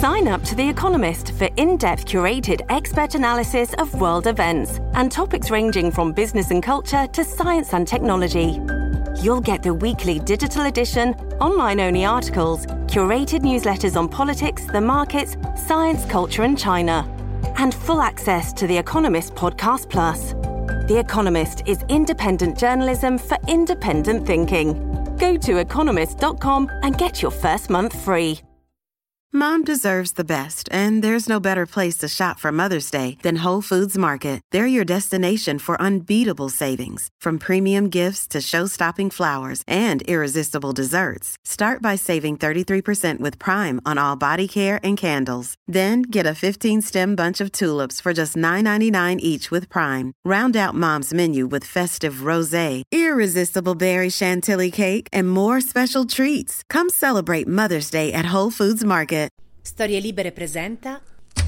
Sign up to The Economist for in-depth curated expert analysis of world events and topics ranging from business and culture to science and technology. You'll get the weekly digital edition, online-only articles, curated newsletters on politics, the markets, science, culture and China, and full access to The Economist Podcast Plus. The Economist is independent journalism for independent thinking. Go to economist.com and get your first month free. Mom deserves the best, and there's no better place to shop for Mother's Day than Whole Foods Market. They're your destination for unbeatable savings, from premium gifts to show-stopping flowers and irresistible desserts. Start by saving 33% with Prime on all body care and candles. Then get a 15-stem bunch of tulips for just $9.99 each with Prime. Round out Mom's menu with festive rosé, irresistible berry chantilly cake, and more special treats. Come celebrate Mother's Day at Whole Foods Market. Storie Libere presenta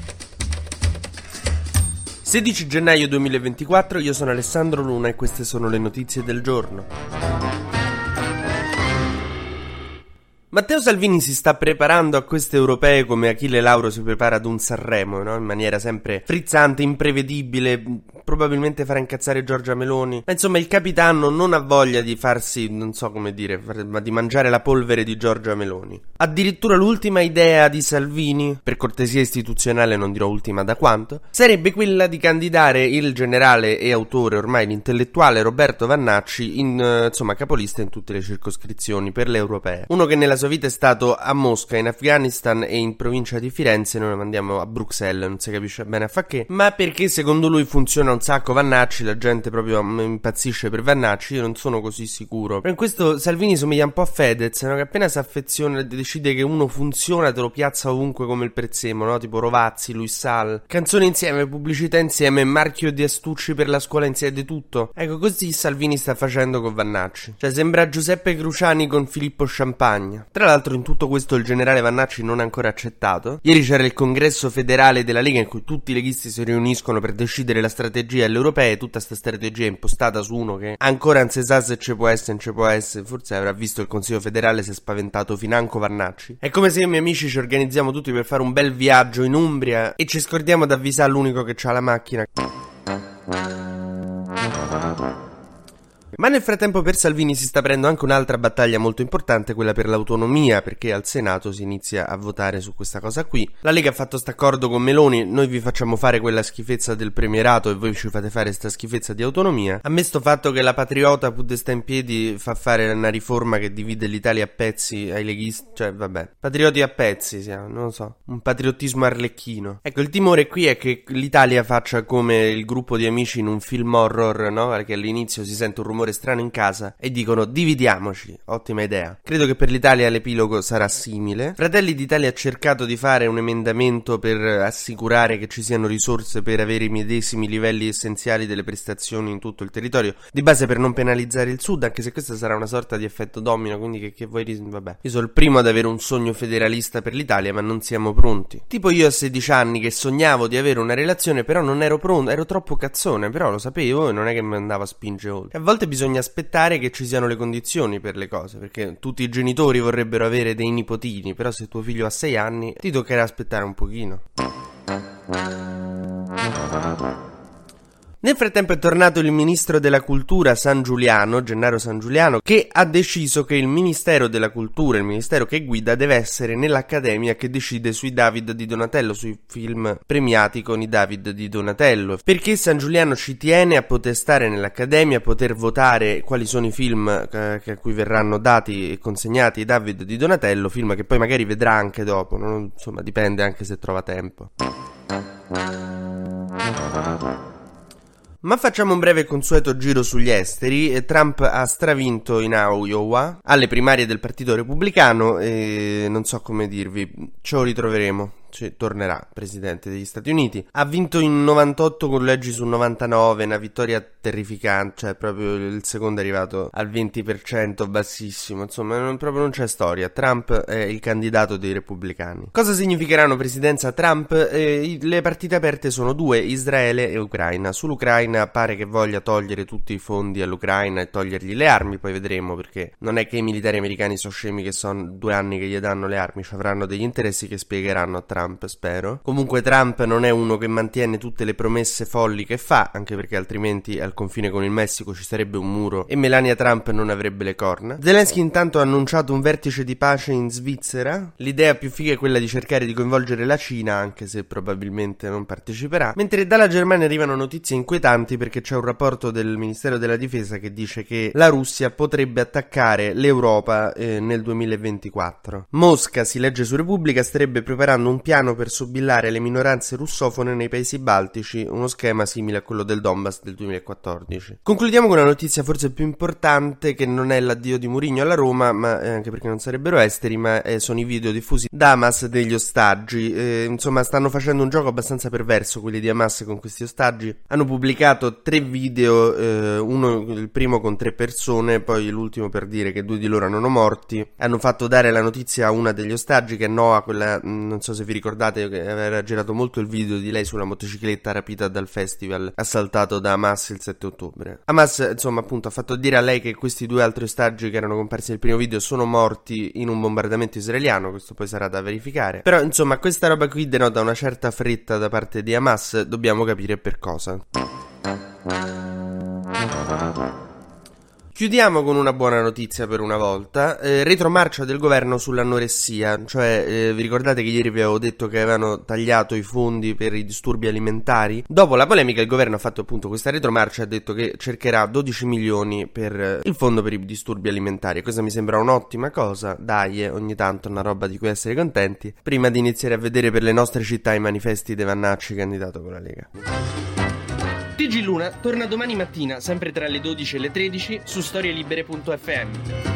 16 gennaio 2024, io sono Alessandro Luna e queste sono le notizie del giorno. Matteo Salvini si sta preparando a queste europee come Achille Lauro si prepara ad un Sanremo, no? In maniera sempre frizzante, imprevedibile, probabilmente farà incazzare Giorgia Meloni. Ma insomma il capitano non ha voglia di farsi, non so come dire, ma di mangiare la polvere di Giorgia Meloni. Addirittura l'ultima idea di Salvini, per cortesia istituzionale non dirò ultima da quanto, sarebbe quella di candidare il generale e autore, ormai l'intellettuale Roberto Vannacci in, capolista in tutte le circoscrizioni per le europee. Uno che nella sua vita è stato a Mosca, in Afghanistan e in provincia di Firenze. Noi lo mandiamo a Bruxelles, non si capisce bene a fa che, ma perché secondo lui funziona un sacco Vannacci, la gente proprio impazzisce per Vannacci. Io non sono così sicuro. Per questo Salvini somiglia un po' a Fedez, no? Che appena si affeziona e decide che uno funziona te lo piazza ovunque come il prezzemolo, no? Tipo Rovazzi, Luis Sal, canzoni insieme, pubblicità insieme, marchio di astucci per la scuola insieme, di tutto. Ecco, così Salvini sta facendo con Vannacci. Cioè sembra Giuseppe Cruciani con Filippo Champagne. Tra l'altro in tutto questo il generale Vannacci non ha ancora accettato. Ieri c'era il congresso federale della Lega in cui tutti i leghisti si riuniscono per decidere la strategia alle europee. Tutta sta strategia è impostata su uno che ancora non si sa se ci può essere, non ci può essere. Forse avrà visto il consiglio federale, si è spaventato financo Vannacci. È come se io e i miei amici ci organizziamo tutti per fare un bel viaggio in Umbria e ci scordiamo di avvisare l'unico che c'ha la macchina. Ma nel frattempo per Salvini si sta aprendo anche un'altra battaglia molto importante, quella per l'autonomia, perché al Senato si inizia a votare su questa cosa qui. La Lega ha fatto st'accordo con Meloni: noi vi facciamo fare quella schifezza del premierato e voi ci fate fare sta schifezza di autonomia. A me sto fatto che la patriota pure sta in piedi fa fare una riforma che divide l'Italia a pezzi ai leghisti, cioè vabbè, patrioti a pezzi siamo, non lo so, un patriottismo arlecchino. Ecco, il timore qui è che l'Italia faccia come il gruppo di amici in un film horror, no? Perché all'inizio si sente un rumore strano in casa e dicono dividiamoci. Ottima idea. Credo che per l'Italia l'epilogo sarà simile. Fratelli d'Italia ha cercato di fare un emendamento per assicurare che ci siano risorse per avere i medesimi livelli essenziali delle prestazioni in tutto il territorio, di base per non penalizzare il Sud, anche se questo sarà una sorta di effetto domino, quindi che voi vabbè. Io sono il primo ad avere un sogno federalista per l'Italia, ma non siamo pronti. Tipo io a 16 anni che sognavo di avere una relazione, però non ero pronto, ero troppo cazzone, però lo sapevo e non è che mi andavo a spingere oltre. A volte bisogna aspettare che ci siano le condizioni per le cose, perché tutti i genitori vorrebbero avere dei nipotini, però se tuo figlio ha 6 anni ti toccherà aspettare un pochino. Nel frattempo è tornato il ministro della cultura Sangiuliano, Gennaro Sangiuliano, che ha deciso che il ministero della cultura, il ministero che guida, deve essere nell'accademia che decide sui David di Donatello, sui film premiati con i David di Donatello. Perché Sangiuliano ci tiene a poter stare nell'accademia, a poter votare quali sono i film a cui verranno dati e consegnati i David di Donatello, film che poi magari vedrà anche dopo, no? Insomma dipende anche se trova tempo. Ma facciamo un breve e consueto giro sugli esteri. Trump ha stravinto in Iowa alle primarie del Partito Repubblicano e non so come dirvi, ce lo ritroveremo. Tornerà presidente degli Stati Uniti. Ha vinto in 98 collegi su 99, una vittoria terrificante, cioè proprio il secondo è arrivato al 20%, bassissimo, insomma proprio non c'è storia. Trump è il candidato dei repubblicani. Cosa significherà una presidenza Trump? Le partite aperte sono due, Israele e Ucraina. Sull'Ucraina pare che voglia togliere tutti i fondi all'Ucraina e togliergli le armi, poi vedremo, perché non è che i militari americani sono scemi che sono 2 anni che gli danno le armi, ci avranno degli interessi che spiegheranno a Trump Trump, spero. Comunque Trump non è uno che mantiene tutte le promesse folli che fa, anche perché altrimenti al confine con il Messico ci sarebbe un muro e Melania Trump non avrebbe le corna. Zelensky intanto ha annunciato un vertice di pace in Svizzera. L'idea più figa è quella di cercare di coinvolgere la Cina, anche se probabilmente non parteciperà. Mentre dalla Germania arrivano notizie inquietanti, perché c'è un rapporto del Ministero della Difesa che dice che la Russia potrebbe attaccare l'Europa nel 2024. Mosca, si legge su Repubblica, starebbe preparando un piano per sobillare le minoranze russofone nei paesi baltici, uno schema simile a quello del Donbass del 2014. Concludiamo con una notizia forse più importante, che non è l'addio di Mourinho alla Roma, ma anche perché non sarebbero esteri, ma sono i video diffusi da Hamas degli ostaggi. Insomma, stanno facendo un gioco abbastanza perverso quelli di Hamas con questi ostaggi. Hanno pubblicato 3 video, il primo con 3 persone, poi l'ultimo per dire che 2 di loro erano morti. Hanno fatto dare la notizia a una degli ostaggi, che è Noah, quella, non so se vi ricordate, che aveva girato molto il video di lei sulla motocicletta rapita dal festival assaltato da Hamas il 7 ottobre. Hamas, insomma, appunto, ha fatto dire a lei che questi 2 altri ostaggi che erano comparsi nel primo video sono morti in un bombardamento israeliano. Questo poi sarà da verificare. Però, insomma, questa roba qui denota una certa fretta da parte di Hamas. Dobbiamo capire per cosa. Chiudiamo con una buona notizia per una volta, retromarcia del governo sull'anoressia, cioè vi ricordate che ieri vi avevo detto che avevano tagliato i fondi per i disturbi alimentari? Dopo la polemica il governo ha fatto appunto questa retromarcia e ha detto che cercherà 12 milioni per il fondo per i disturbi alimentari. Questa mi sembra un'ottima cosa, dai, ogni tanto una roba di cui essere contenti, prima di iniziare a vedere per le nostre città i manifesti dei Vannacci candidato con la Lega. TG Luna torna domani mattina, sempre tra le 12 e le 13, su storielibere.fm.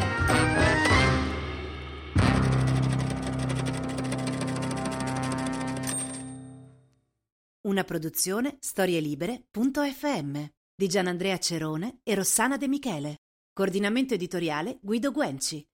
Una produzione storielibere.fm di Gianandrea Cerone e Rossana De Michele. Coordinamento editoriale Guido Guenci.